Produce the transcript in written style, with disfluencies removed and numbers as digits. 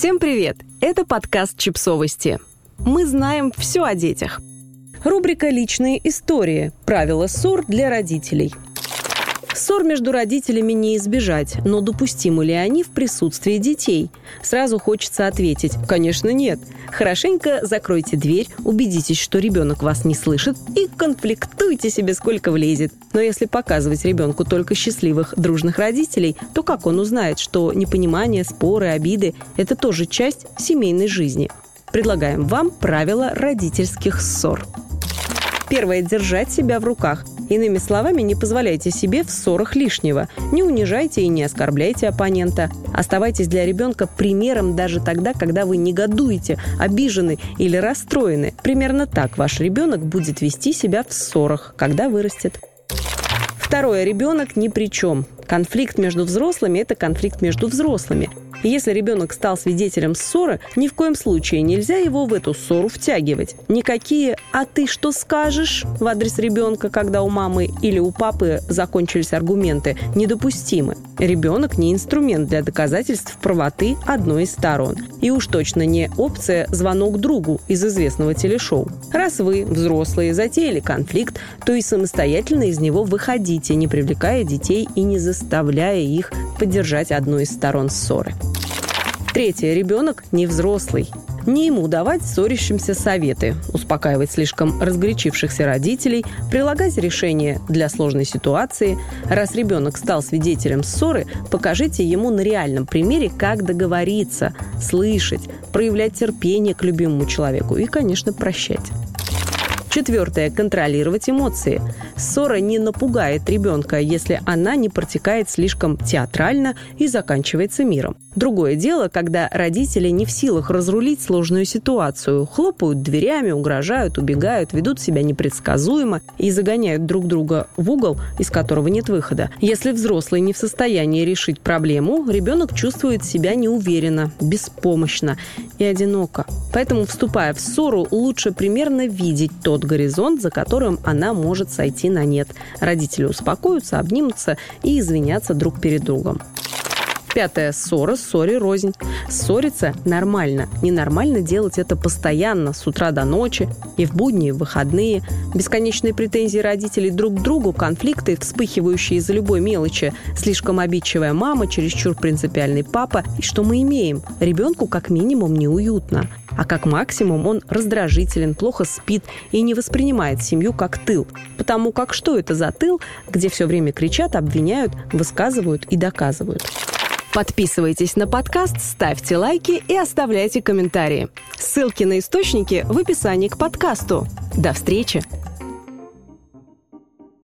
Всем привет! Это подкаст «Чипсовости». Мы знаем все о детях. Рубрика «Личные истории. Правила ссор для родителей». Ссор между родителями не избежать, но допустимы ли они в присутствии детей? Сразу хочется ответить: конечно, нет. Хорошенько закройте дверь, убедитесь, что ребенок вас не слышит, и конфликтуйте себе сколько влезет. Но если показывать ребенку только счастливых, дружных родителей, то как он узнает, что непонимание, споры, обиды – это тоже часть семейной жизни? Предлагаем вам правила родительских ссор. Первое – держать себя в руках. Иными словами, не позволяйте себе в ссорах лишнего. Не унижайте и не оскорбляйте оппонента. Оставайтесь для ребенка примером даже тогда, когда вы негодуете, обижены или расстроены. Примерно так ваш ребенок будет вести себя в ссорах, когда вырастет. Второе. Ребенок ни при чем. Конфликт между взрослыми – это конфликт между взрослыми. И если ребенок стал свидетелем ссоры, ни в коем случае нельзя его в эту ссору втягивать. Никакие «а ты что скажешь» в адрес ребенка, когда у мамы или у папы закончились аргументы, недопустимы. Ребенок не инструмент для доказательств правоты одной из сторон. И уж точно не опция «звонок другу» из известного телешоу. Раз вы, взрослые, затеяли конфликт, то и самостоятельно из него выходите, не привлекая детей и не заставляя их поддержать одну из сторон ссоры. Третье. Ребенок не взрослый. Не ему давать ссорящимся советы, успокаивать слишком разгорячившихся родителей, прилагать решения для сложной ситуации. Раз ребенок стал свидетелем ссоры, покажите ему на реальном примере, как договориться, слышать, проявлять терпение к любимому человеку и, конечно, прощать. Четвертое. Контролировать эмоции. Ссора не напугает ребенка, если она не протекает слишком театрально и заканчивается миром. Другое дело, когда родители не в силах разрулить сложную ситуацию, хлопают дверями, угрожают, убегают, ведут себя непредсказуемо и загоняют друг друга в угол, из которого нет выхода. Если взрослый не в состоянии решить проблему, ребенок чувствует себя неуверенно, беспомощно и одиноко. Поэтому, вступая в ссору, лучше примерно видеть тот горизонт, за которым она может сойти на нет. Родители успокоятся, обнимутся и извинятся друг перед другом. Пятое. Ссора ссоре рознь. Ссориться нормально. Ненормально делать это постоянно, с утра до ночи, и в будни, и в выходные. Бесконечные претензии родителей друг к другу, конфликты, вспыхивающие из-за любой мелочи, слишком обидчивая мама, чересчур принципиальный папа. И что мы имеем? Ребенку как минимум неуютно. А как максимум он раздражителен, плохо спит и не воспринимает семью как тыл. Потому как что это за тыл, где все время кричат, обвиняют, высказывают и доказывают? Подписывайтесь на подкаст, ставьте лайки и оставляйте комментарии. Ссылки на источники в описании к подкасту. До встречи!